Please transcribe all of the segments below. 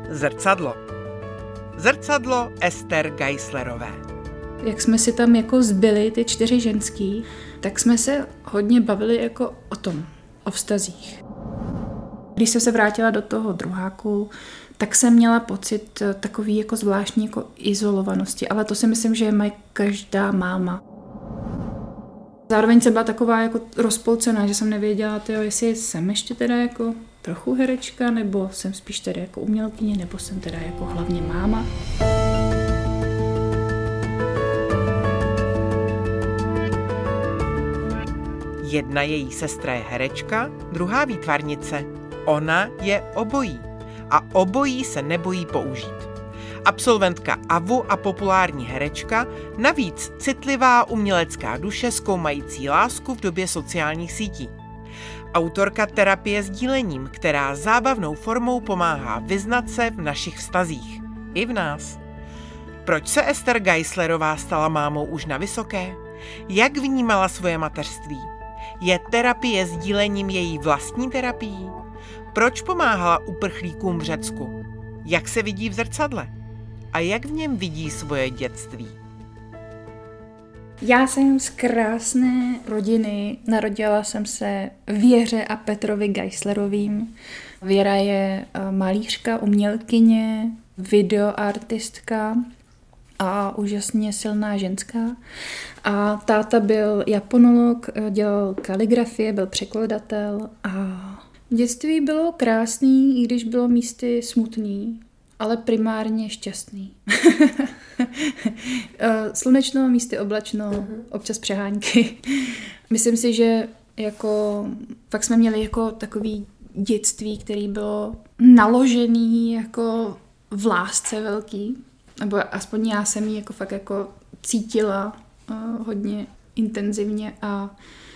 Zrcadlo. Zrcadlo Ester Geislerové. Jak jsme si tam jako zbyli ty 4 ženský, tak jsme se hodně bavili jako o tom, o vztazích. Když jsem se vrátila do toho druháku, tak jsem měla pocit takový jako zvláštní jako izolovanosti, ale to si myslím, že má každá máma. Zároveň jsem byla taková jako rozpolcená, že jsem nevěděla, jestli jsem ještě teda jako trochu herečka, nebo jsem spíš teda jako umělkyně, nebo jsem teda jako hlavně máma. Jedna její sestra je herečka, druhá výtvarnice. Ona je obojí. A obojí se nebojí použít. Absolventka AVU a populární herečka, navíc citlivá umělecká duše zkoumající lásku v době sociálních sítí. Autorka terapie sdílením, která zábavnou formou pomáhá vyznat se v našich vztazích. I v nás. Proč se Ester Geislerová stala mámou už na vysoké? Jak vnímala svoje mateřství? Je terapie sdílením její vlastní terapií? Proč pomáhala uprchlíkům v Řecku? Jak se vidí v zrcadle? A jak v něm vidí svoje dětství? Já jsem z krásné rodiny. Narodila jsem se Věře a Petrovi Geislerovým. Věra je malířka, umělkyně, videoartistka a úžasně silná ženská. A táta byl japonolog, dělal kaligrafie, byl překladatel a dětství bylo krásný, i když bylo místy smutný, ale primárně šťastný. Slunečno, místy oblačno, občas přehánky. Myslím si, že jako fakt jsme měli jako takový dětství, který bylo naložený jako v lásce velký. Nebo aspoň já jsem ji jako fakt jako cítila hodně intenzivně a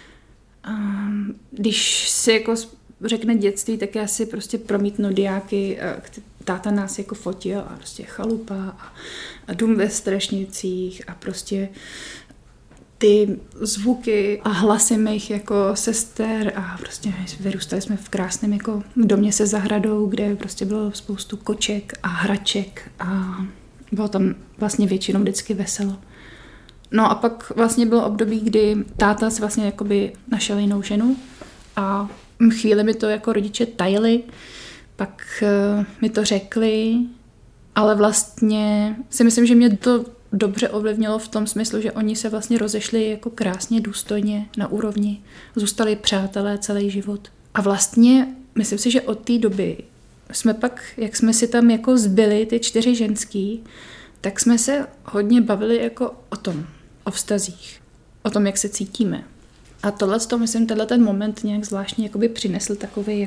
když si jako řekne dětství, tak já si prostě promítnu diáky, táta nás jako fotil a prostě chalupa a dům ve Strašnicích a prostě ty zvuky a hlasy mých jako sester a prostě vyrůstali jsme v krásném jako domě se zahradou, kde prostě bylo spoustu koček a hraček a bylo tam vlastně většinou vždycky veselo. No a pak vlastně bylo období, kdy táta si vlastně jakoby našel jinou ženu a chvíli mi to jako rodiče tajili, pak mi to řekli, ale vlastně si myslím, že mě to dobře ovlivnilo v tom smyslu, že oni se vlastně rozešli jako krásně, důstojně, na úrovni, zůstali přátelé celý život. A vlastně myslím si, že od té doby jsme pak, jak jsme si tam jako zbyli ty 4 ženský, tak jsme se hodně bavili jako o tom, o vztazích, o tom, jak se cítíme. A myslím, ten moment nějak zvláštně jakoby přinesl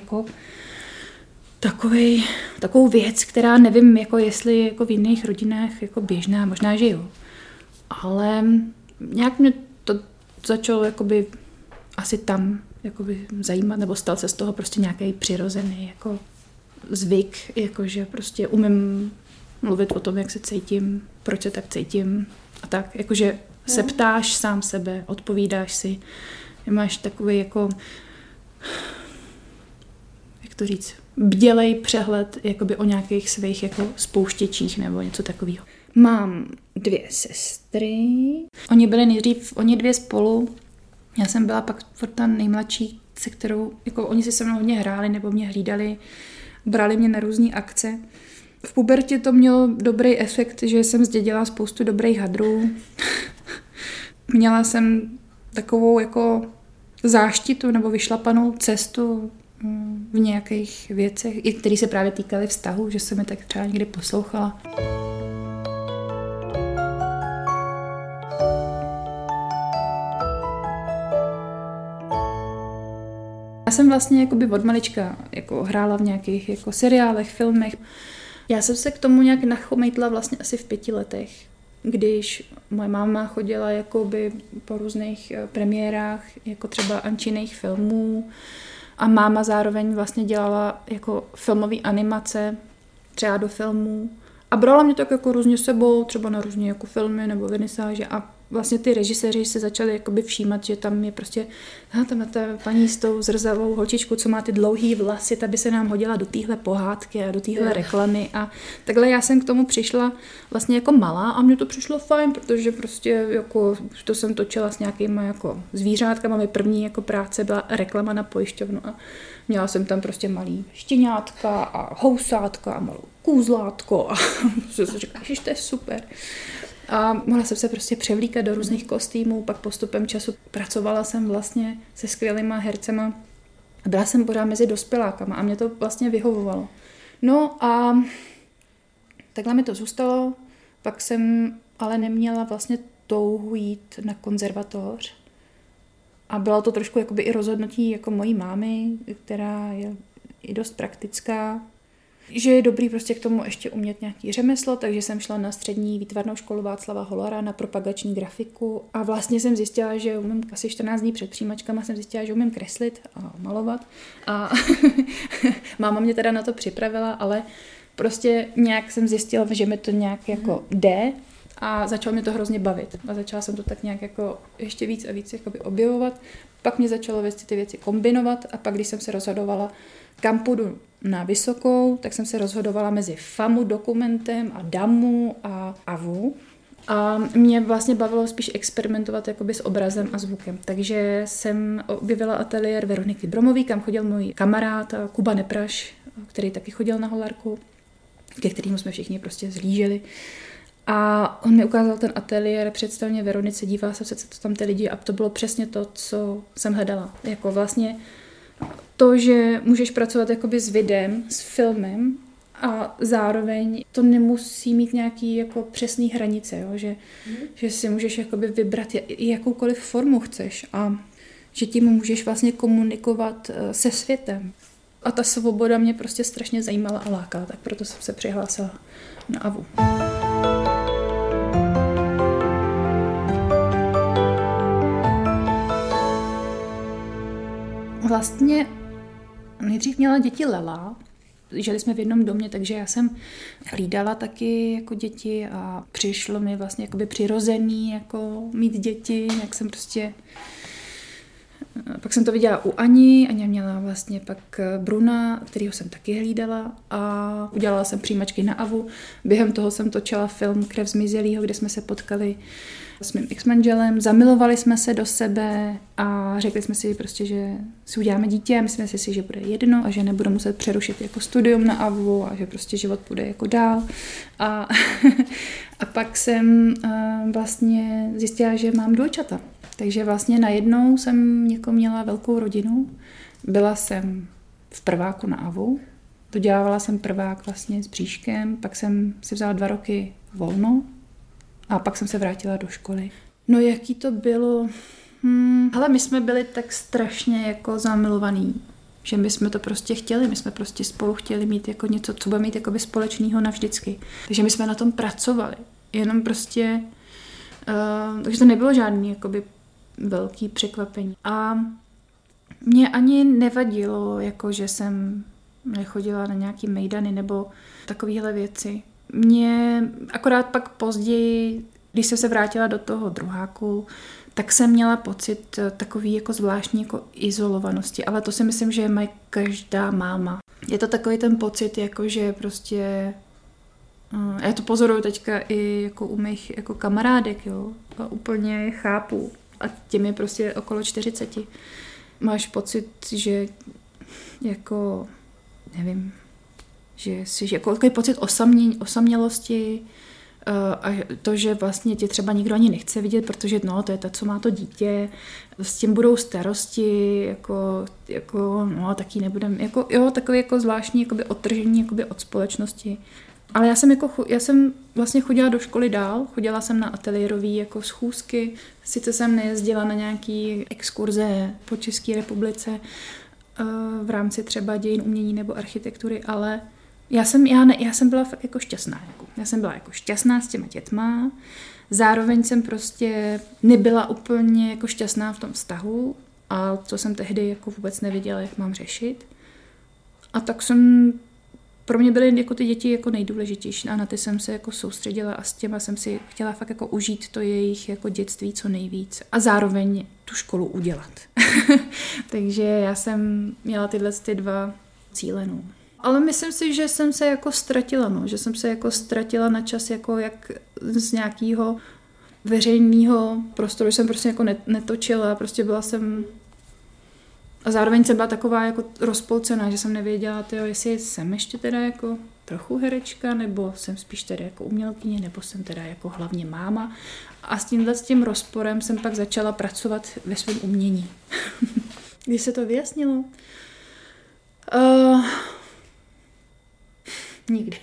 takovou věc, která nevím, jako jestli jako v jiných rodinách jako běžná, možná, že jo. Ale nějak mě to začalo jakoby asi tam jakoby zajímat, nebo stal se z toho prostě nějaký přirozený jako zvyk, jakože prostě umím mluvit o tom, jak se cítím, proč se tak cítím a tak, jakože se ptáš sám sebe, odpovídáš si, máš takový jako, jak to říct, bdělej přehled jakoby o nějakých svých jako spouštěčích nebo něco takového. Mám 2 sestry, oni byly nejdřív, oni 2 spolu, já jsem byla pak ta nejmladší, se kterou, jako oni si se mnou hodně hráli nebo mě hlídali, brali mě na různé akce. V pubertě to mělo dobrý efekt, že jsem zdědila spoustu dobrých hadrů. Měla jsem takovou jako záštitu nebo vyšlapanou cestu v nějakých věcech, i které se právě týkaly vztahu, že jsem je tak třeba někdy poslouchala. Já jsem vlastně jakoby od malička jako hrála v nějakých jako seriálech, filmech. Já jsem se k tomu nějak nachomejtla vlastně asi v 5 letech, když moje máma chodila jakoby po různých premiérách, jako třeba Ančiných filmů a máma zároveň vlastně dělala jako filmové animace, třeba do filmů a brala mě tak jako různě sebou, třeba na různě jako filmy nebo vernisáže a vlastně ty režiséři se začali jakoby všímat, že tam je prostě tam ta paní s tou zrzavou holčičku, co má ty dlouhý vlasy, ta by se nám hodila do téhle pohádky a do téhle reklamy a takhle já jsem k tomu přišla vlastně jako malá a mně to přišlo fajn, protože prostě jako to jsem točila s nějakýma jako zvířátkama, moje první jako práce byla reklama na pojišťovnu a měla jsem tam prostě malý štěňátka a housátka a malou kůzlátko a jsem si říkala, že to je super. A mohla jsem se prostě převlíkat do různých kostýmů, pak postupem času pracovala jsem vlastně se skvělýma hercema. Byla jsem pořád mezi dospělákama a mě to vlastně vyhovovalo. No a takhle mi to zůstalo, pak jsem ale neměla vlastně touhu jít na konzervatoř. A bylo to trošku jakoby i rozhodnutí jako mojí mámy, která je i dost praktická, že je dobrý prostě k tomu ještě umět nějaký řemeslo, takže jsem šla na střední výtvarnou školu Václava Holara na propagační grafiku a vlastně jsem zjistila, že umím asi 14 dní před přijímačkama jsem zjistila, že umím kreslit a malovat a máma mě teda na to připravila, ale prostě nějak jsem zjistila, že mi to nějak jako jde a začalo mě to hrozně bavit a začala jsem to tak nějak jako ještě víc a víc jakoby objevovat. Pak mě začalo ty věci kombinovat a pak, když jsem se rozhodovala, kam půjdu na vysokou, tak jsem se rozhodovala mezi FAMU dokumentem a DAMu a AVU. A mě vlastně bavilo spíš experimentovat jakoby s obrazem a zvukem. Takže jsem objevila ateliér Veroniky Bromový, kam chodil můj kamarád Kuba Nepraš, který taky chodil na Holarku, ke kterému jsme všichni prostě zlíželi. A on mi ukázal ten ateliér, představil mě Veronice, dívala se, co tam ty lidi a to bylo přesně to, co jsem hledala. Jako vlastně to, že můžeš pracovat jakoby s videem, s filmem a zároveň to nemusí mít nějaký jako přesný hranice, jo? Že si můžeš jakoby vybrat jakoukoliv formu chceš a že tím můžeš vlastně komunikovat se světem. A ta svoboda mě prostě strašně zajímala a lákala, tak proto jsem se přihlásila na AVU. Vlastně nejdřív měla děti Lela, žili jsme v jednom domě, takže já jsem hlídala taky jako děti a přišlo mi vlastně jakoby přirozený jako mít děti, jak jsem prostě... Pak jsem to viděla u Ani, Aňa měla vlastně pak Bruna, kterýho jsem taky hlídala a udělala jsem přijímačky na AVU. Během toho jsem točila film Krev zmizelýho, kde jsme se potkali s mým ex-manželem, zamilovali jsme se do sebe a řekli jsme si prostě, že si uděláme dítě a myslíme si, že bude jedno a že nebudu muset přerušit jako studium na AVU a že prostě život půjde jako dál. A pak jsem vlastně zjistila, že mám dvojčata. Takže vlastně najednou jsem jako měla velkou rodinu. Byla jsem v prváku na AVU, dodělávala jsem prvák vlastně s bříškem, pak jsem si vzala 2 roky volno a pak jsem se vrátila do školy. No jaký to bylo? Hele, my jsme byli tak strašně jako zamilovaní, že my jsme to prostě chtěli, my jsme prostě spolu chtěli mít jako něco, co bude mít jakoby společného navždycky. Takže my jsme na tom pracovali, jenom prostě, takže to nebylo žádný jakoby velký překvapení. A mě ani nevadilo, jako že jsem nechodila na nějaký mejdany nebo takovéhle věci. Mě akorát pak později, když jsem se vrátila do toho druháku, tak jsem měla pocit takový jako zvláštní jako izolovanosti, ale to si myslím, že má každá máma. Je to takový ten pocit, jako že prostě, já to pozoruju teďka i jako u mých jako kamarádek, jo, a úplně chápu. A těm je prostě okolo 40. Máš pocit, že jako, nevím, že jsi jako takový pocit osamělosti a to, že vlastně tě třeba nikdo ani nechce vidět, protože no, to je ta, co má to dítě, s tím budou starosti, jako no, taky nebudem, jako jo, takový jako zvláštní jakoby odtržení jakoby od společnosti. Ale já jsem vlastně chodila do školy dál, chodila jsem na ateliérový jako schůzky, sice jsem nejezdila na nějaký exkurze po České republice v rámci třeba dějin umění nebo architektury, ale já jsem byla fakt jako šťastná. Já jsem byla jako šťastná s těma dětma, zároveň jsem prostě nebyla úplně jako šťastná v tom vztahu a to jsem tehdy jako vůbec nevěděla, jak mám řešit. A tak jsem pro mě byly jako ty děti jako nejdůležitější a na ty jsem se jako soustředila a s těma jsem si chtěla fakt jako užít to jejich jako dětství co nejvíc a zároveň tu školu udělat. Takže já jsem měla tyhle ty 2 cíle, no. Ale myslím si, že jsem se jako ztratila, no. Že jsem se jako ztratila na čas jako jak z nějakého veřejného prostoru, že jsem prostě jako netočila, prostě byla jsem a zároveň jsem byla taková jako rozpolcená, že jsem nevěděla, jestli jsem ještě teda jako trochu herečka, nebo jsem spíš teda jako umělkyně, nebo jsem teda jako hlavně máma. A s tím rozporem jsem pak začala pracovat ve svém umění. Když se to vyjasnilo? Nikdy.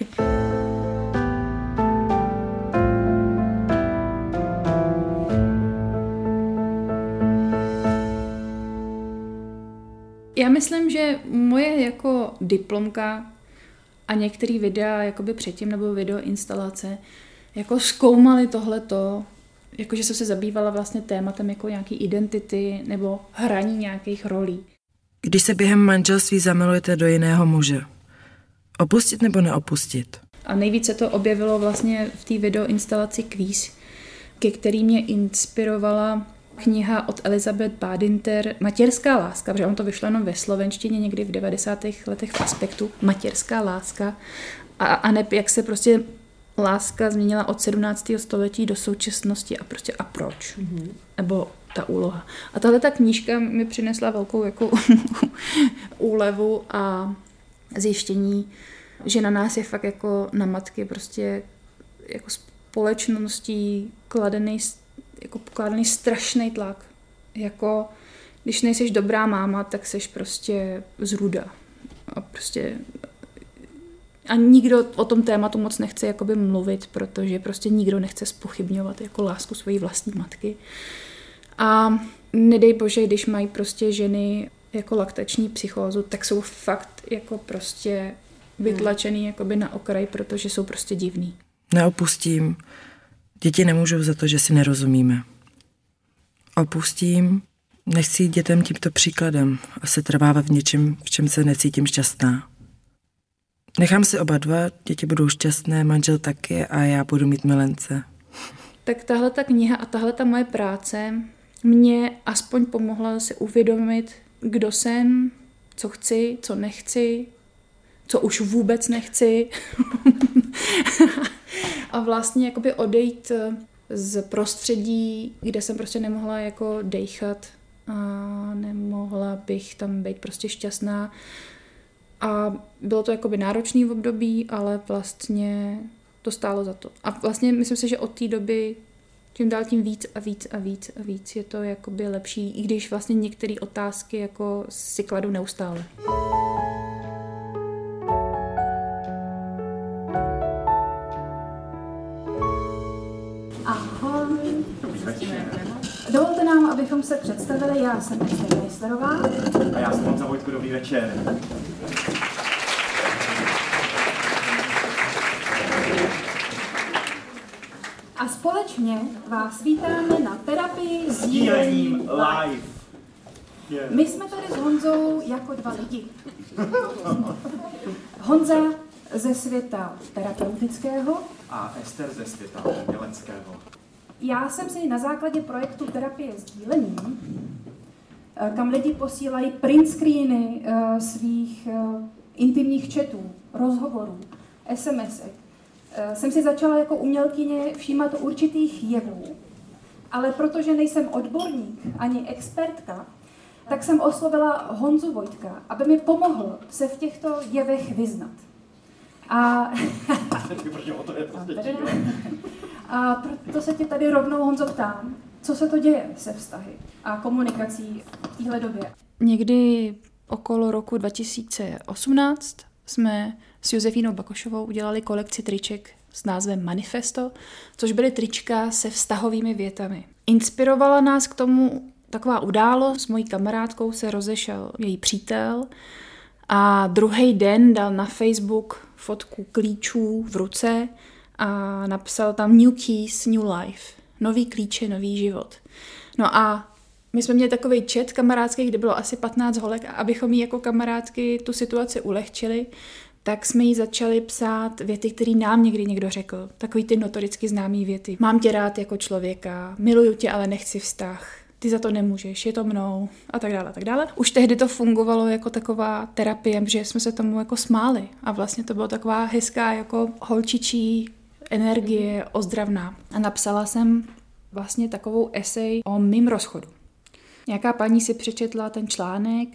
Já myslím, že moje jako diplomka a některé videa jakoby předtím nebo videoinstalace jako zkoumaly tohleto, jakože jsem se zabývala vlastně tématem jako nějaký identity nebo hraní nějakých rolí. Když se během manželství zamilujete do jiného muže, opustit nebo neopustit? A nejvíce se to objevilo vlastně v té videoinstalaci Kvíz, ke který mě inspirovala kniha od Elizabeth Badinter Matěrská láska, protože on to vyšlo jenom ve slovenštině někdy v 90. letech v Aspektu. Matěrská láska. A ne, jak se prostě láska změnila od 17. století do současnosti a prostě a proč. Mm-hmm. Nebo ta úloha. A tahle ta knížka mi přinesla velkou jako úlevu a zjištění, že na nás je fakt jako na matky prostě jako společností kladený strašný tlak. Jako, když nejseš dobrá máma, tak seš prostě zrůda. A nikdo o tom tématu moc nechce jakoby mluvit, protože prostě nikdo nechce zpochybňovat jako lásku svojí vlastní matky. A nedej bože, když mají prostě ženy jako laktační psychózu, tak jsou fakt jako prostě vytlačený jakoby na okraj, protože jsou prostě divný. Neopustím. Děti nemůžou za to, že si nerozumíme. Opustím. Nechci jít dětem tímto příkladem a se trvávat v něčem, v čem se necítím šťastná. Nechám si oba 2, děti budou šťastné, manžel taky a já budu mít milence. Tak tahle ta kniha a tahle ta moje práce mě aspoň pomohla si uvědomit, kdo jsem, co chci, co nechci, co už vůbec nechci. A vlastně jakoby odejít z prostředí, kde jsem prostě nemohla jako dejchat a nemohla bych tam být prostě šťastná. A bylo to jakoby náročný v období, ale vlastně to stálo za to. A vlastně myslím si, že od té doby čím dál tím víc a víc a víc a víc je to jakoby lepší, i když vlastně některé otázky jako si kladu neustále. Ahoj. Dovolte nám, abychom se představili. Já jsem Ester Meisslerová. A já jsem Honza Vojtko, dobrý večer. A společně vás vítáme na terapii Sdílením live. Yeah. My jsme tady s Honzou jako 2 lidi. Honza ze světa terapeutického A Ester ze světa uměleckého. Já jsem si na základě projektu terapie sdílením, kam lidi posílají print screeny svých intimních chatů, rozhovorů, SMSek, jsem si začala jako umělkyně všímat určitých jevů, ale protože nejsem odborník ani expertka, tak jsem oslovila Honzu Vojtka, aby mi pomohl se v těchto jevech vyznat. A proto se tě tady rovnou, Honzo, ptám, co se to děje se vztahy a komunikací v téhle době. Někdy okolo roku 2018 jsme s Josefínou Bakošovou udělali kolekci triček s názvem Manifesto, což byly trička se vztahovými větami. Inspirovala nás k tomu taková událost. S mojí kamarádkou se rozešel její přítel a druhý den dal na Facebook fotku klíčů v ruce a napsal tam New Keys, New Life. Nový klíče, nový život. No a my jsme měli takovej chat kamarádský, kde bylo asi 15 holek a abychom jí jako kamarádky tu situaci ulehčili, tak jsme jí začali psát věty, které nám někdy někdo řekl. Takový ty notoricky známý věty. Mám tě rád jako člověka, miluju tě, ale nechci vztah. Ty za to nemůžeš, je to mnou a tak dále, a tak dále. Už tehdy to fungovalo jako taková terapie, že jsme se tomu jako smáli a vlastně to byla taková hezká jako holčičí energie ozdravná. A napsala jsem vlastně takovou esej o mým rozchodu. Nějaká paní si přečetla ten článek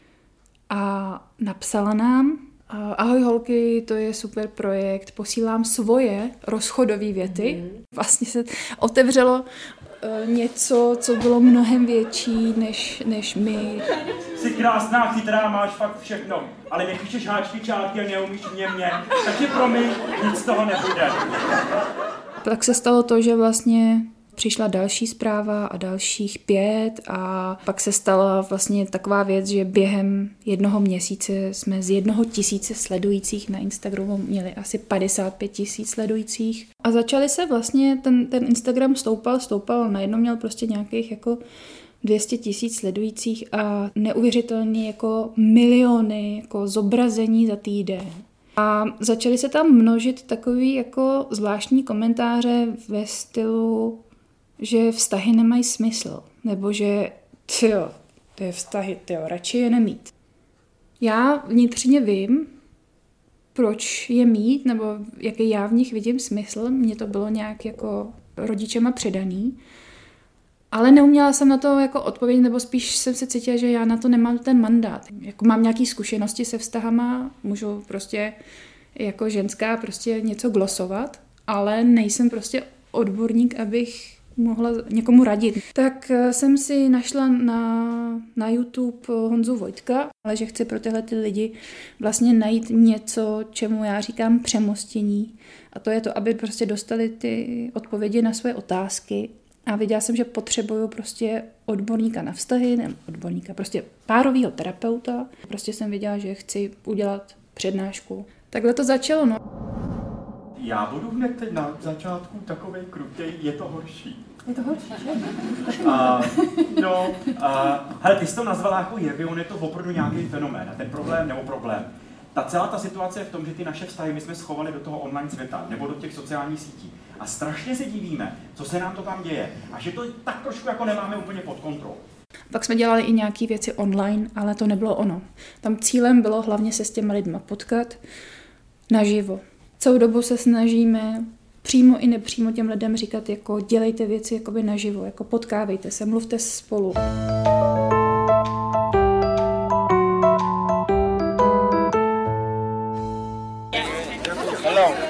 a napsala nám: ahoj holky, to je super projekt, posílám svoje rozchodové věty. Vlastně se otevřelo něco, co bylo mnohem větší než my. Jsi krásná, chytrá, máš fakt všechno, ale nepíšeš háčky, čárky a neumíš mě, takže promiň, nic z toho nebude. Tak se stalo to, že vlastně přišla další zpráva a dalších 5 a pak se stala vlastně taková věc, že během 1 měsíce jsme z 1 000 sledujících na Instagramu měli asi 55 000 sledujících. A začali se vlastně, ten Instagram stoupal, najednou měl prostě nějakých jako 200 000 sledujících a neuvěřitelně jako miliony jako zobrazení za týden. A začaly se tam množit takový jako zvláštní komentáře ve stylu, že vztahy nemají smysl, nebo že ty vztahy, radši je nemít. Já vnitřně vím, proč je mít, nebo jaký já v nich vidím smysl. Mně to bylo nějak jako rodičema předaný, ale neuměla jsem na to jako odpovědět, nebo spíš jsem se cítila, že já na to nemám ten mandát. Jako mám nějaké zkušenosti se vztahama, můžu prostě jako ženská prostě něco glosovat, ale nejsem prostě odborník, abych mohla někomu radit. Tak jsem si našla na YouTube Honzu Vojtka, ale že chci pro tyhle ty lidi vlastně najít něco, čemu já říkám přemostění. A to je to, aby prostě dostali ty odpovědi na své otázky. A viděla jsem, že potřebuju prostě odborníka na vztahy, ne odborníka, prostě párovýho terapeuta. Prostě jsem viděla, že chci udělat přednášku. Takhle to začalo, no. Já budu hned teď na začátku takovej krutej, je to horší. Je to horší, že? Hele, ty jsi to nazvala jako jev, on je to opravdu nějaký fenomén. A ten problém. Celá ta situace je v tom, že ty naše vztahy my jsme schovali do toho online světa, nebo do těch sociálních sítí. A strašně se divíme, co se nám to tam děje. A že to tak trošku jako nemáme úplně pod kontrolou. Pak jsme dělali i nějaké věci online, ale to nebylo ono. Tam cílem bylo hlavně se s těma lidma potkat naživo. Celou dobu se snažíme přímo i nepřímo těm lidem říkat, jako dělejte věci jakoby naživo, jako potkávejte se, mluvte spolu. Hello.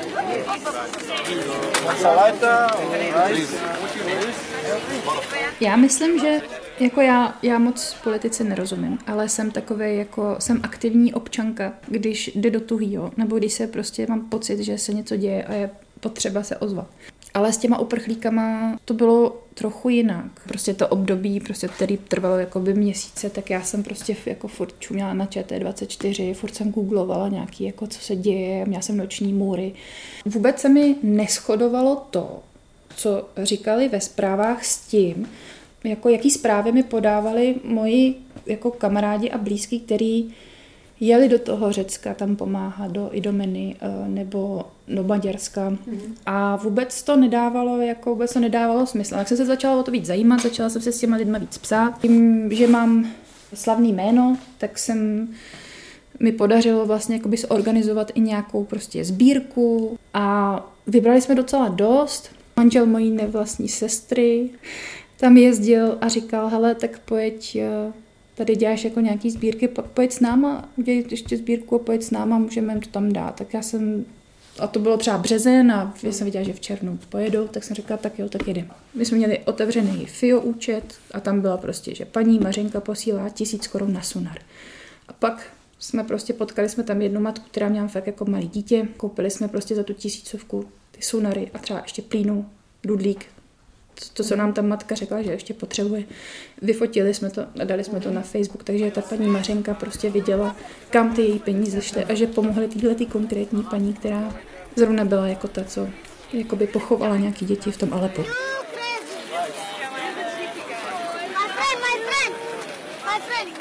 Já myslím, že jako já moc politice nerozumím, ale jsem takovej jako, jsem aktivní občanka, když jde do tuhýho, nebo když se prostě mám pocit, že se něco děje a je potřeba se ozvat. Ale s těma uprchlíkama to bylo trochu jinak. Prostě to období, prostě, který trvalo jakoby měsíce, tak já jsem prostě jako furt čuměla na ČT24, furt jsem googlovala nějaký, jako co se děje, měla jsem noční můry. Vůbec se mi neshodovalo to, co říkali ve zprávách s tím, jako jaký zprávy mi podávali moji jako kamarádi a blízký, který jeli do toho Řecka tam pomáhat, do Idomeny nebo do Maďarska. A vůbec to nedávalo smysl. Tak jsem se začala o to víc zajímat, začala jsem se s těma lidma víc psát. Tím, že mám slavný jméno, tak mi podařilo vlastně jakoby zorganizovat i nějakou prostě sbírku a vybrali jsme docela dost. Manžel mojí nevlastní sestry tam jezdil a říkal, hele, tak pojď, tady děláš jako nějaký sbírky, pak pojď s náma, udělej ještě sbírku a pojď s náma, můžeme to tam dát. Tak a to bylo třeba březen a já jsem viděla, že v červnu pojedou, tak jsem říkala, tak jo, tak jedeme. My jsme měli otevřený FIO účet a tam byla prostě, že paní Mařenka posílá 1000 korun na Sunar. A pak potkali jsme tam jednu matku, která měla fakt jako malý dítě, koupili jsme prostě za tu 1000 ty Sunary a třeba ještě plínu, dudlík. To, co nám ta matka řekla, že ještě potřebuje. Vyfotili jsme to a dali jsme to na Facebook, takže ta paní Mařenka prostě viděla, kam ty její peníze šly a že pomohly tyhle konkrétní paní, která zrovna byla jako ta, co jakoby pochovala nějaký děti v tom Alepu. My friend,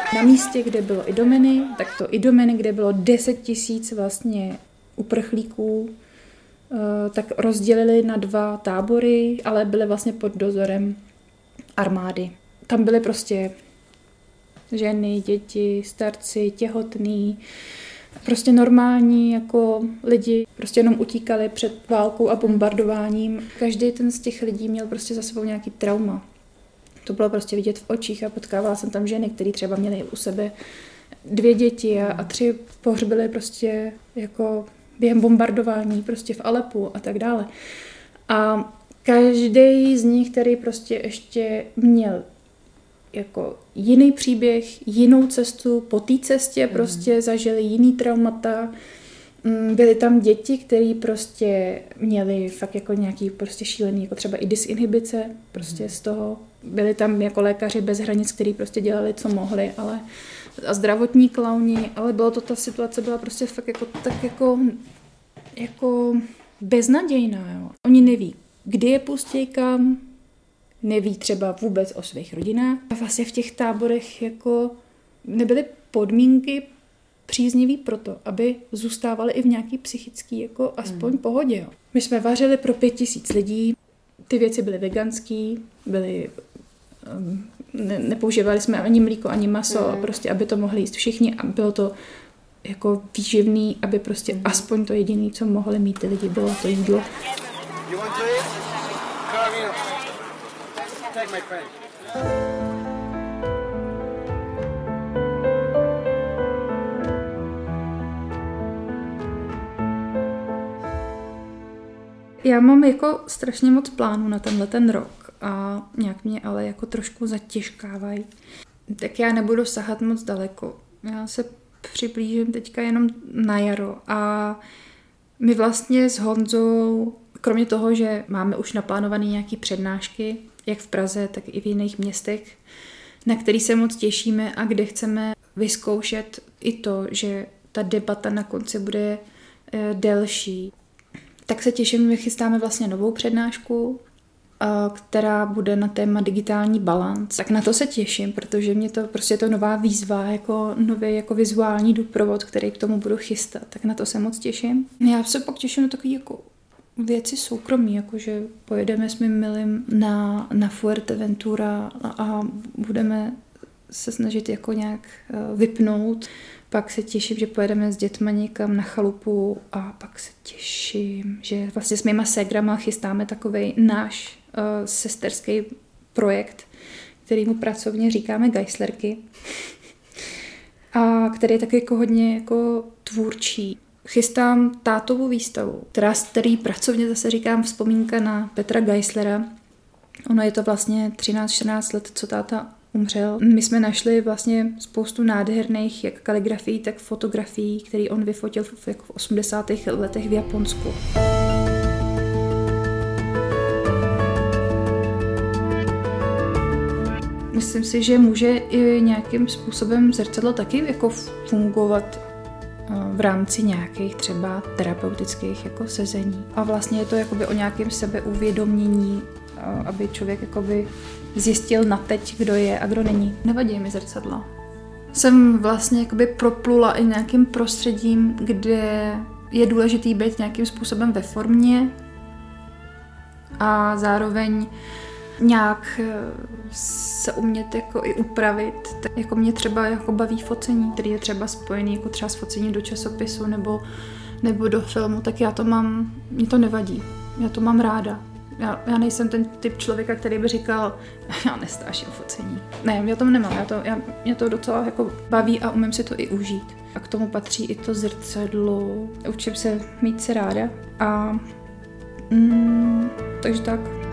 Na místě, kde bylo Idomeny, tak to Idomeny, kde bylo 10 000 vlastně uprchlíků, tak rozdělili na 2 tábory, ale byly vlastně pod dozorem armády. Tam byly prostě ženy, děti, starci, těhotní, prostě normální jako lidi, prostě jenom utíkali před válkou a bombardováním. Každý ten z těch lidí měl prostě za sebou nějaký trauma. To bylo prostě vidět v očích a potkávala jsem tam ženy, které třeba měly u sebe 2 děti a 3 pohřbily prostě jako během bombardování prostě v Alepu a tak dále. A každý z nich, který prostě ještě měl jako jiný příběh, jinou cestu, po té cestě prostě zažili jiný traumata. Byly tam děti, které prostě měly fakt jako nějaký prostě šílený, jako třeba i disinhibice prostě z toho. Byli tam jako lékaři bez hranic, kteří prostě dělali, co mohli, ale a zdravotní klauni, ale bylo to, ta situace byla prostě fakt jako tak jako beznadějná, jo. Oni neví, kdy je pustí kam, neví třeba vůbec o svých rodinách. A vlastně v těch táborech jako nebyly podmínky příznivý proto, aby zůstávali i v nějaký psychický jako aspoň pohodě. Jo. My jsme vařili pro 5 000 lidí, ty věci byly veganský, nepoužívali jsme ani mlíko, ani maso, prostě aby to mohli jíst všichni a bylo to jako výživný, aby prostě aspoň to jediné, co mohli mít ty lidi, bylo to jídlo. Já mám jako strašně moc plánů na ten rok a nějak mě ale jako trošku zatěžkávají. Tak já nebudu sahat moc daleko. Já se přiblížím teďka jenom na jaro a my vlastně s Honzou, kromě toho, že máme už naplánované nějaké přednášky, jak v Praze, tak i v jiných městech, na který se moc těšíme a kde chceme vyzkoušet i to, že ta debata na konci bude delší. Tak se těším, že chystáme vlastně novou přednášku, která bude na téma digitální balanc. Tak na to se těším, protože mě to prostě je to nová výzva, jako nový jako vizuální doprovod, který k tomu budu chystat. Tak na to se moc těším. Já se pak těším na takové jako věci soukromí, jakože pojedeme s mým milým na Fuerteventura a budeme se snažit jako nějak vypnout. Pak se těším, že pojedeme s dětma někam na chalupu a pak se těším, že vlastně s mýma ségrama chystáme takovej náš sesterský projekt, kterýmu pracovně říkáme Geislerky a který je taky jako hodně jako tvůrčí. Chystám tátovou výstavu, který pracovně zase říkám vzpomínka na Petra Geislera. Ono je to vlastně 13-14 let, co táta umřel. My jsme našli vlastně spoustu nádherných jak kaligrafií, tak fotografií, které on vyfotil v 80. letech v Japonsku. Myslím si, že může i nějakým způsobem zrcadlo taky jako fungovat v rámci nějakých třeba terapeutických jako sezení. A vlastně je to jakoby o nějakém sebeuvědomění, aby člověk jakoby zjistil na teď, kdo je a kdo není. Nevadí mi zrcadla. Jsem vlastně jakoby proplula i nějakým prostředím, kde je důležitý být nějakým způsobem ve formě a zároveň nějak se umět jako i upravit. Tak jako mě třeba jako baví focení, který je třeba spojený jako třeba s focením do časopisu nebo do filmu, tak já to mám, mě to nevadí. Já to mám ráda. Já nejsem ten typ člověka, který by říkal, já nestáším focení. Ne, já to nemám, mě to docela jako baví a umím si to i užít. A k tomu patří i to zrcadlo. Učím se mít se ráda a takže tak.